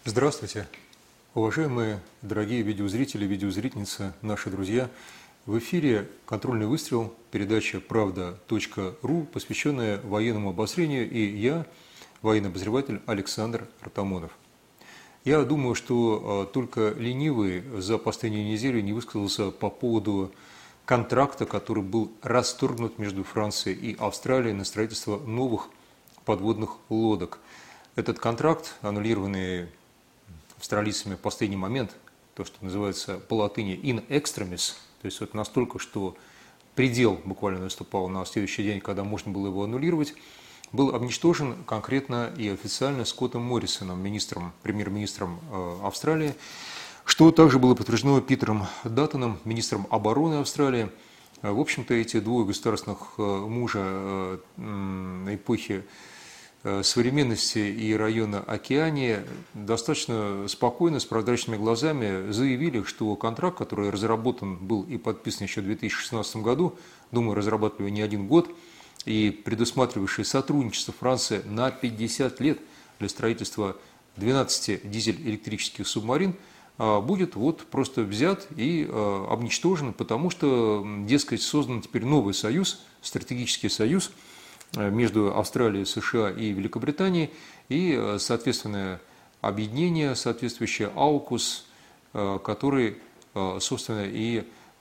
Здравствуйте, уважаемые дорогие видеозрители, видеозрительницы, наши друзья. В эфире «Контрольный выстрел», передача «Правда.ру», посвященная военному обозрению, и я, военный обозреватель Александр Артамонов. Я думаю, что только ленивый за последнюю неделю не высказался по поводу контракта, который был расторгнут между Францией и Австралией на строительство новых подводных лодок. Этот контракт, аннулированный австралийцами в последний момент, то, что называется по латыни in extremis, то есть вот настолько, что предел буквально наступал на следующий день, когда можно было его аннулировать, был уничтожен конкретно и официально Скоттом Моррисоном, премьер-министром Австралии, что также было подтверждено Питером Даттоном, министром обороны Австралии. В общем-то, эти двое государственных мужа эпохи современности и района Океании достаточно спокойно, с прозрачными глазами заявили, что контракт, который разработан был и подписан еще в 2016 году, думаю, разрабатывали не один год, и предусматривавший сотрудничество Франции на 50 лет для строительства 12 дизель-электрических субмарин, будет вот просто взят и уничтожен, потому что, дескать, создан теперь новый союз, стратегический союз между Австралией, США и Великобританией, и соответственное объединение, соответствующее АУКУС, который, собственно, и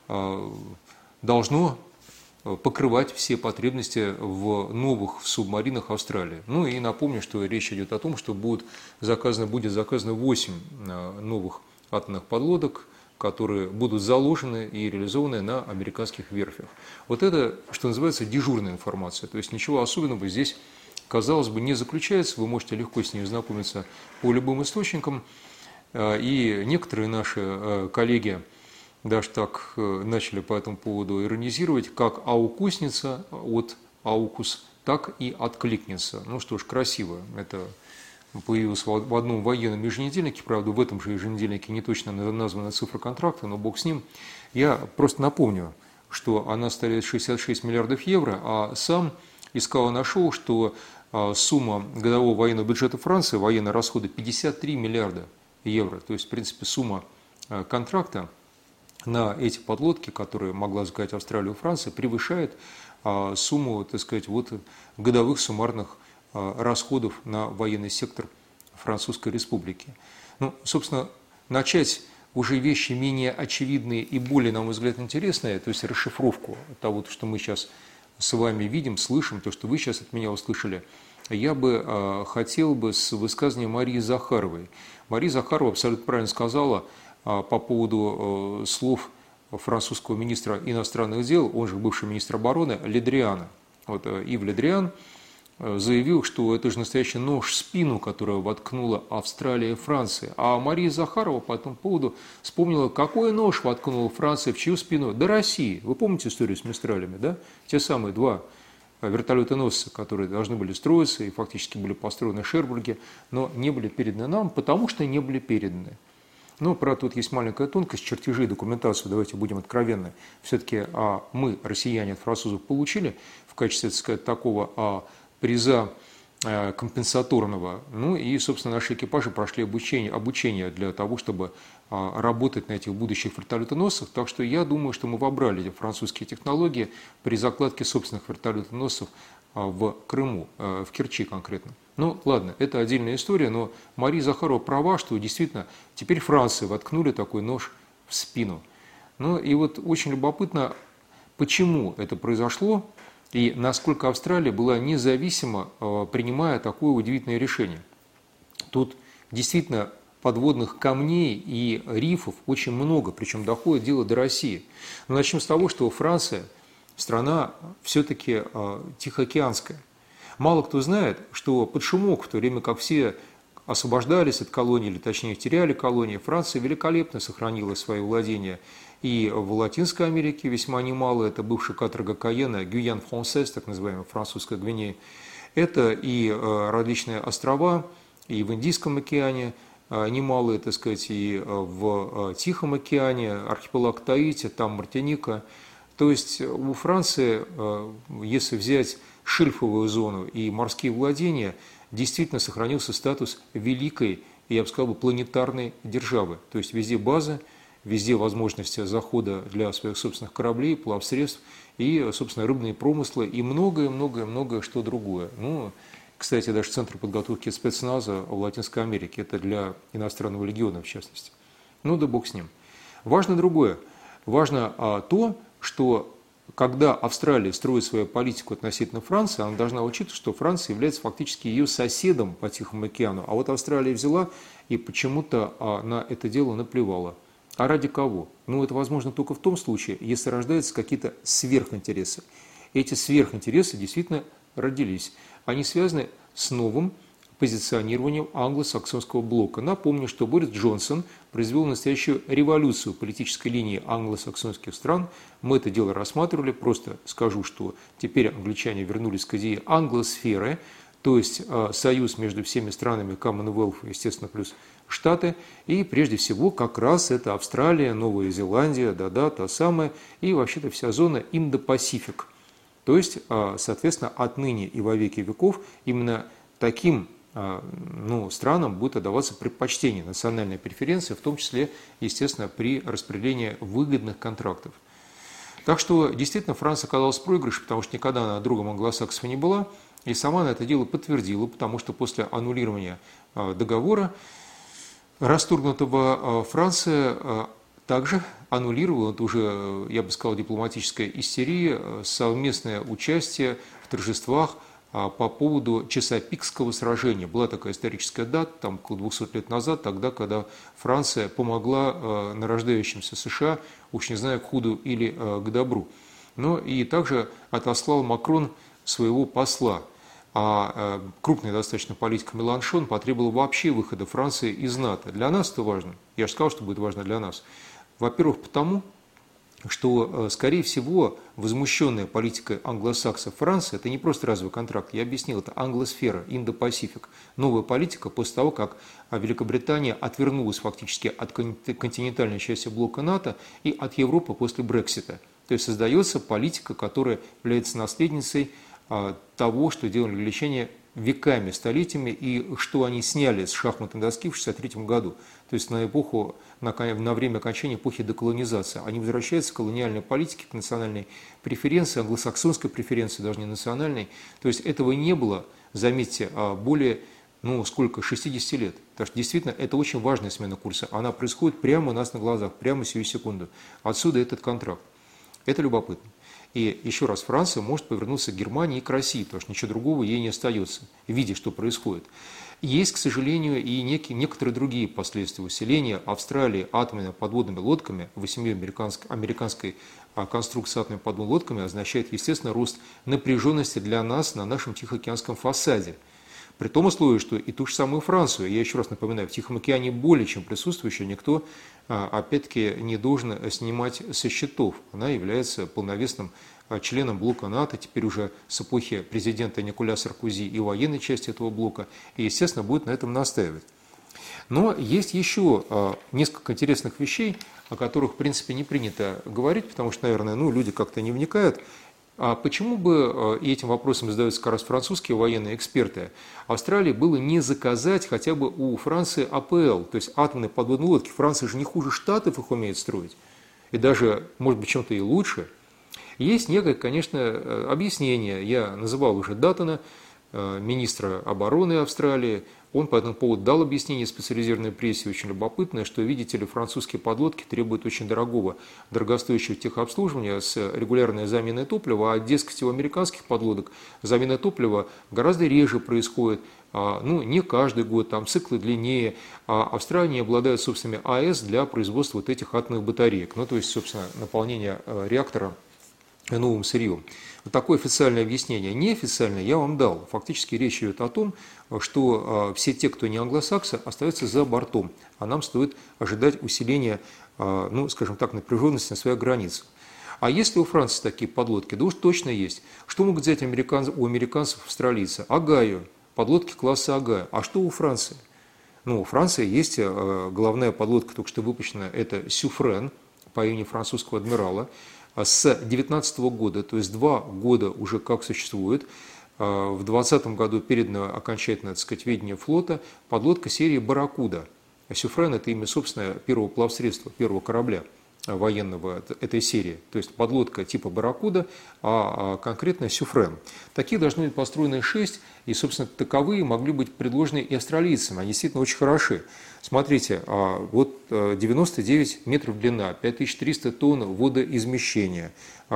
должно покрывать все потребности в новых субмаринах Австралии. Ну и напомню, что речь идет о том, что будет заказано 8 новых атомных подлодок, которые будут заложены и реализованы на американских верфях. Вот это, что называется, дежурная информация. То есть ничего особенного здесь, казалось бы, не заключается. Вы можете легко с ней ознакомиться по любым источникам. И некоторые наши коллеги даже так начали по этому поводу иронизировать, как аукусница от аукус, так и откликнется. Ну что ж, красиво. Это появилась в одном военном еженедельнике, правда, в этом же еженедельнике не точно названа цифра контракта, но бог с ним. Я просто напомню, что она составляет 66 миллиардов евро, а сам искал и нашел, что сумма годового военного бюджета Франции, военные расходы 53 миллиарда евро. То есть, в принципе, сумма контракта на эти подлодки, которые могла заказать Австралия и Франция, превышает сумму, так сказать, вот годовых суммарных расходов на военный сектор Французской Республики. Ну, собственно, начать уже вещи менее очевидные и более, на мой взгляд, интересные, то есть расшифровку того, что мы сейчас с вами видим, слышим, то, что вы сейчас от меня услышали, я бы хотел бы с высказывания Марии Захаровой. Мария Захарова абсолютно правильно сказала по поводу слов французского министра иностранных дел, он же бывший министр обороны, Ле Дриана. Вот Ив Ле Дриан заявил, что это же настоящий нож в спину, который воткнула Австралия и Франция. А Мария Захарова по этому поводу вспомнила, какой нож воткнула Франция в чью спину? Да России. Вы помните историю с Мистралями, да? Те самые два вертолетоносца, которые должны были строиться и фактически были построены в Шербурге, но не были переданы нам, потому что не были переданы. Но, правда, тут есть маленькая тонкость, чертежи, документацию, давайте будем откровенны. Все-таки мы, россияне, от французов получили в качестве, так сказать, такого приза компенсаторного. Ну и, собственно, наши экипажи прошли обучение для того, чтобы работать на этих будущих вертолетоносцах. Так что я думаю, что мы вобрали эти французские технологии при закладке собственных вертолетоносцев в Крыму, в Керчи конкретно. Ну, ладно, это отдельная история, но Мария Захарова права, что действительно теперь Франции воткнули такой нож в спину. Ну и вот очень любопытно, почему это произошло и насколько Австралия была независима, принимая такое удивительное решение. Тут действительно подводных камней и рифов очень много, причем доходит дело до России. Но начнем с того, что Франция страна все-таки тихоокеанская. Мало кто знает, что под шумок, в то время как все освобождались от колонии, или точнее теряли колонии, Франция великолепно сохранила свои владения и в Латинской Америке весьма немало, это бывший каторга Каена, Гюян Франсес, так называемая французская Гвинея, это и различные острова, и в Индийском океане, немалые, так сказать, и в Тихом океане, архипелаг Таити, там Мартиника. То есть у Франции, если взять шельфовую зону и морские владения, действительно сохранился статус великой я бы сказал, планетарной державы. То есть везде базы, везде возможности захода для своих собственных кораблей, плавсредств и, собственно, рыбные промыслы и многое-многое-многое что другое. Ну, кстати, даже Центр подготовки спецназа в Латинской Америке, это для иностранного легиона в частности. Ну да бог с ним. Важно другое. Важно то, что когда Австралия строит свою политику относительно Франции, она должна учитывать, что Франция является фактически ее соседом по Тихому океану. А вот Австралия взяла и почему-то на это дело наплевала. А ради кого? Ну, это возможно только в том случае, если рождаются какие-то сверхинтересы. Эти сверхинтересы действительно родились. Они связаны с новым позиционированием англосаксонского блока. Напомню, что Борис Джонсон произвел настоящую революцию политической линии англосаксонских стран. Мы это дело рассматривали. Просто скажу, что теперь англичане вернулись к идее англосферы, то есть союз между всеми странами Commonwealth, естественно, плюс Штаты. И прежде всего как раз это Австралия, Новая Зеландия, да-да, та самая, и вообще-то вся зона Индо-Пасифик. То есть, соответственно, отныне и во веки веков именно таким странам будет отдаваться предпочтение, национальной преференции, в том числе, естественно, при распределении выгодных контрактов. Так что, действительно, Франция оказалась в проигрыше, потому что никогда она другом англосаксов не была, и сама она это дело подтвердила, потому что после аннулирования договора расторгнутого Франция также аннулировала, это уже, я бы сказал, дипломатическая истерия, совместное участие в торжествах по поводу Чесапикского сражения. Была такая историческая дата, там около 200 лет назад, тогда, когда Франция помогла нарождающимся США, уж не знаю, к худу или к добру. Но и также отослал Макрон своего посла. А крупный достаточно политик Меланшон потребовал вообще выхода Франции из НАТО. Для нас это важно. Я же сказал, что будет важно для нас. Во-первых, потому, что, скорее всего, возмущенная политикой англосаксов Франции – это не просто разовый контракт, я объяснил, это англосфера, Индо-Пасифик. Новая политика после того, как Великобритания отвернулась фактически от континентальной части блока НАТО и от Европы после Брексита. То есть создается политика, которая является наследницей того, что делали англичане веками, столетиями, и что они сняли с шахматной доски в 1963 году, то есть на эпоху, на время окончания эпохи деколонизации. Они возвращаются к колониальной политике, к национальной преференции, англосаксонской преференции, даже не национальной. То есть этого не было, заметьте, более, 60 лет. Так что действительно это очень важная смена курса. Она происходит прямо у нас на глазах, прямо сию секунду. Отсюда этот контракт. Это любопытно. И еще раз, Франция может повернуться к Германии и к России, потому что ничего другого ей не остается, видя, что происходит. Есть, к сожалению, и некоторые другие последствия. Усиления Австралии атомными подводными лодками, 8 американской конструкции атомными подводными лодками означает, естественно, рост напряженности для нас на нашем Тихоокеанском фасаде. При том условии, что и ту же самую Францию, я еще раз напоминаю, в Тихом океане более чем присутствующая, никто, опять-таки, не должен снимать со счетов. Она является полновесным членом блока НАТО, теперь уже с эпохи президента Николя Саркози и военной части этого блока, и, естественно, будет на этом настаивать. Но есть еще несколько интересных вещей, о которых, в принципе, не принято говорить, потому что, наверное, люди как-то не вникают. А почему бы, и этим вопросом задаются как раз французские военные эксперты, Австралии было не заказать хотя бы у Франции АПЛ, то есть атомные подводные лодки? Франция же не хуже Штатов их умеет строить, и даже, может быть, чем-то и лучше. Есть некое, конечно, объяснение. Я называл уже Даттона, министра обороны Австралии. Он по этому поводу дал объяснение специализированной прессе, очень любопытное, что, видите ли, французские подлодки требуют очень дорогостоящего техобслуживания с регулярной заменой топлива, а, дескать, у американских подлодок замена топлива гораздо реже происходит, не каждый год, там циклы длиннее, а Австралия не обладает собственными АЭС для производства вот этих атомных батареек, то есть, собственно, наполнение реактора новым сырьем. Вот такое официальное объяснение. Неофициальное я вам дал. Фактически речь идет о том, что все те, кто не англосаксы, остаются за бортом, а нам стоит ожидать усиления, скажем так, напряженности на своих границах. А если у Франции такие подлодки? Да уж точно есть. Что могут взять у американцев, австралийцы? Агаю, подлодки класса Агаю. А что у Франции? У Франции есть головная подлодка, только что выпущенная, это Сюфрен, по имени французского адмирала, с 19 года, то есть 2 года уже как существует. в 2020 году передана окончательно, так сказать, ведение флота подлодка серии «Барракуда». Сюфрен – это имя, собственно, первого плавсредства, первого корабля военного этой серии. То есть подлодка типа «Барракуда», а конкретно «Сюфрен». Такие должны быть построены 6, и, собственно, таковые могли быть предложены и австралийцам. Они действительно очень хороши. Смотрите, вот 99 метров длина, 5300 тонн водоизмещения,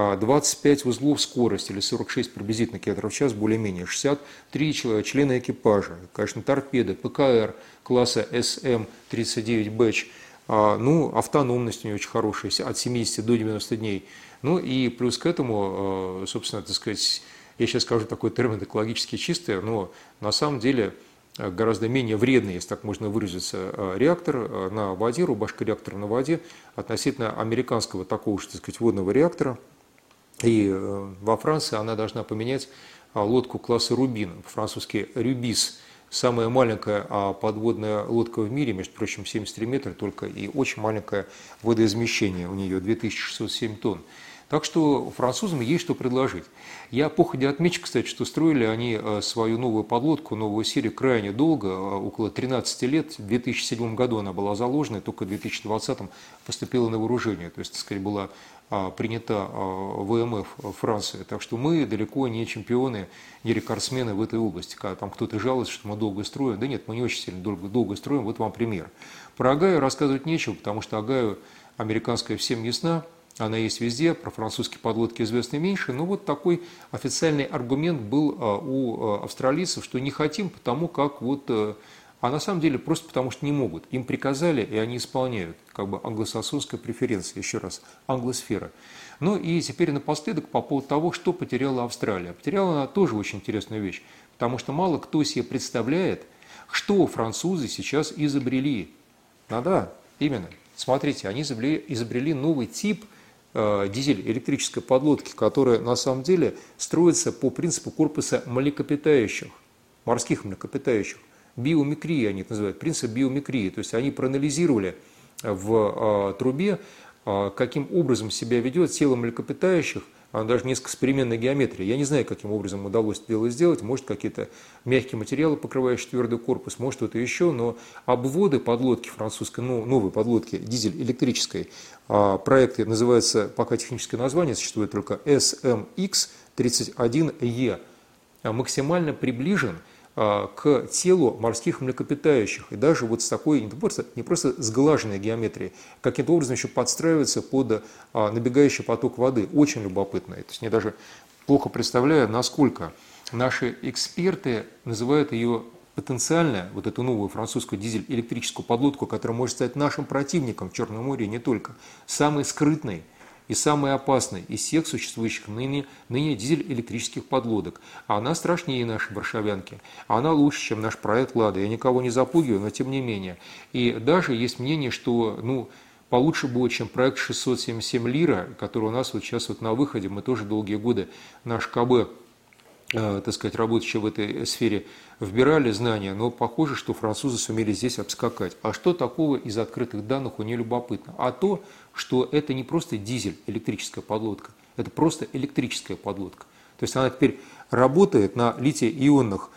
25 узлов скорости или 46 приблизительно километров в час, более-менее, 63 члена экипажа, конечно, торпеды, ПКР класса СМ-39 «Бэч», ну, автономность у нее очень хорошая, от 70 до 90 дней. Ну и плюс к этому, собственно, так сказать, я сейчас скажу такой термин экологически чистый, но на самом деле гораздо менее вредный, если так можно выразиться, реактор на воде, рубашка реактора на воде относительно американского такого же, так сказать, водного реактора. И во Франции она должна поменять лодку класса «Рубин», по-французски «Рюбис». Самая маленькая подводная лодка в мире, между прочим, 73 метра только, и очень маленькое водоизмещение у нее, 2607 тонн. Так что французам есть что предложить. Я походя отмечу, кстати, что строили они свою новую подлодку, новую серию крайне долго, около 13 лет. В 2007 году она была заложена, и только в 2020 поступила на вооружение. То есть, так сказать, была принята ВМФ Франции. Так что мы далеко не чемпионы, не рекордсмены в этой области. Когда там кто-то жалуется, что мы долго строим. Да нет, мы не очень сильно долго строим. Вот вам пример. Про Агаю рассказывать нечего, потому что Агаю американская всем ясна. Она есть везде, про французские подлодки известно меньше. Но вот такой официальный аргумент был у австралийцев, что не хотим, потому как вот... А на самом деле просто потому, что не могут. Им приказали, и они исполняют. Как бы англосаксонская преференция, еще раз, англосфера. Ну и теперь напоследок по поводу того, что потеряла Австралия. Потеряла она тоже очень интересную вещь. Потому что мало кто себе представляет, что французы сейчас изобрели. Да, именно. Смотрите, они изобрели новый тип дизель-электрической подлодки, которая на самом деле строится по принципу корпуса млекопитающих, морских млекопитающих. Биомимикрии они это называют, принцип биомимикрии. То есть они проанализировали в трубе, каким образом себя ведет тело млекопитающих, даже несколько с переменной геометрией. Я не знаю, каким образом удалось это дело сделать. Может, какие-то мягкие материалы, покрывающие твердый корпус, может, что-то еще. Но обводы подлодки французской, новой подлодки дизель-электрической, проект называется, пока техническое название существует только SMX-31E, максимально приближен к телу морских млекопитающих. И даже вот с такой не просто сглаженной геометрией, каким-то образом еще подстраивается под набегающий поток воды. Очень любопытно. То есть я даже плохо представляю, насколько наши эксперты называют ее потенциально, вот эту новую французскую дизель-электрическую подлодку, которая может стать нашим противником в Черном море, и не только, самой скрытной и самый опасный из всех существующих ныне дизель-электрических подлодок. А она страшнее нашей варшавянки. Она лучше, чем наш проект «Лада». Я никого не запугиваю, но тем не менее. И даже есть мнение, что получше будет, чем проект 677 «Лира», который у нас вот сейчас вот на выходе. Мы тоже долгие годы наш КБ, так сказать, работающие в этой сфере, вбирали знания, но похоже, что французы сумели здесь обскакать. А что такого из открытых данных у нее любопытно? А то, что это не просто дизель, электрическая подлодка, это просто электрическая подлодка. То есть она теперь работает на литий-ионных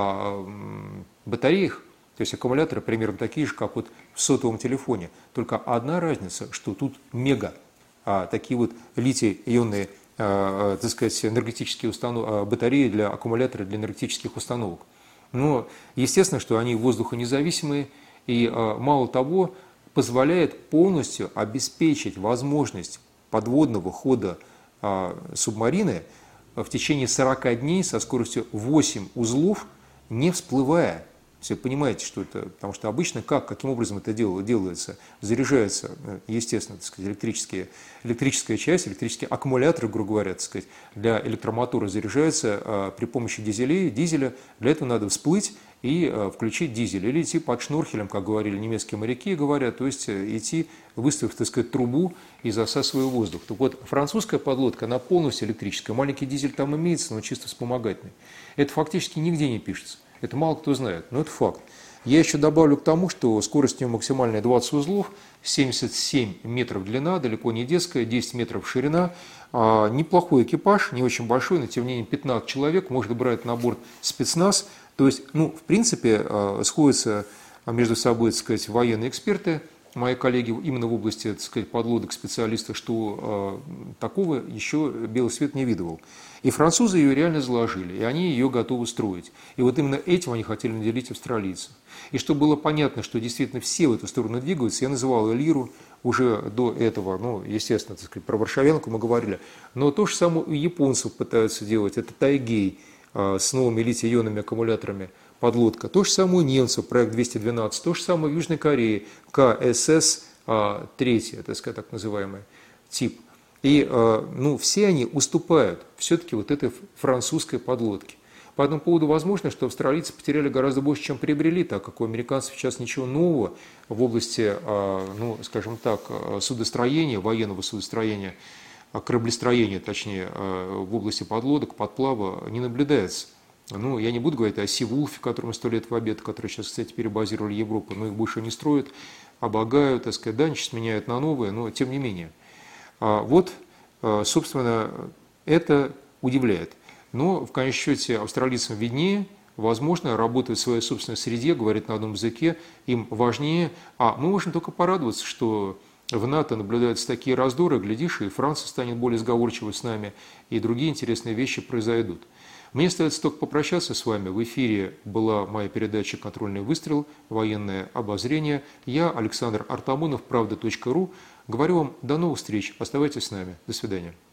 батареях, то есть аккумуляторы примерно такие же, как вот в сотовом телефоне. Только одна разница, что тут мега, такие вот литий-ионные, так сказать, энергетические батареи для аккумуляторов, для энергетических установок. Но естественно, что они воздухонезависимые и, мало того, позволяет полностью обеспечить возможность подводного хода субмарины в течение 40 дней со скоростью 8 узлов, не всплывая. Все понимаете, что это, потому что обычно каким образом это делается? Заряжается, естественно, так сказать, электрическая часть, электрические аккумуляторы, грубо говоря, так сказать, для электромотора заряжается при помощи дизеля. Для этого надо всплыть и включить дизель. Или идти под шнурхелем, как говорили немецкие моряки, говорят, то есть идти, выставив, так сказать, трубу и засасывая воздух. Так вот, французская подлодка, она полностью электрическая. Маленький дизель там имеется, но чисто вспомогательный. Это фактически нигде не пишется. Это мало кто знает, но это факт. Я еще добавлю к тому, что скорость у нее максимальная 20 узлов, 77 метров длина, далеко не детская, 10 метров ширина. Неплохой экипаж, не очень большой, но тем не менее 15 человек, может брать на борт спецназ. То есть, ну, в принципе, сходятся между собой, так сказать, военные эксперты, мои коллеги именно в области, так сказать, подлодок, специалистов, что такого еще белый свет не видывал. И французы ее реально заложили, и они ее готовы строить. И вот именно этим они хотели наделить австралийцев. И чтобы было понятно, что действительно все в эту сторону двигаются, я называл Лиру уже до этого, ну, естественно, так сказать, про варшавянку мы говорили, но то же самое у японцев пытаются делать, это Тайгей с новыми литий-ионными аккумуляторами, подлодка. То же самое у немцев, проект 212, то же самое в Южной Корее, КСС-3, так сказать, так называемый тип. И ну, все они уступают все-таки вот этой французской подлодке. По этому поводу возможно, что австралийцы потеряли гораздо больше, чем приобрели, так как у американцев сейчас ничего нового в области, ну, скажем так, судостроения, военного судостроения, кораблестроения, точнее, в области подлодок, подплава не наблюдается. Ну, я не буду говорить о Сивулфе, которому 100 лет в обед, который сейчас, кстати, перебазировали Европу, но их больше не строят, облагают, так сказать, да, сейчас меняют на новые, но тем не менее. Вот, собственно, это удивляет. Но, в конечном счете, австралийцам виднее, возможно, работают в своей собственной среде, говорят на одном языке, им важнее. А мы можем только порадоваться, что в НАТО наблюдаются такие раздоры, глядишь, и Франция станет более сговорчивой с нами, и другие интересные вещи произойдут. Мне остается только попрощаться с вами. В эфире была моя передача «Контрольный выстрел. Военное обозрение». Я, Александр Артамонов, правда.ру. Говорю вам до новых встреч. Оставайтесь с нами. До свидания.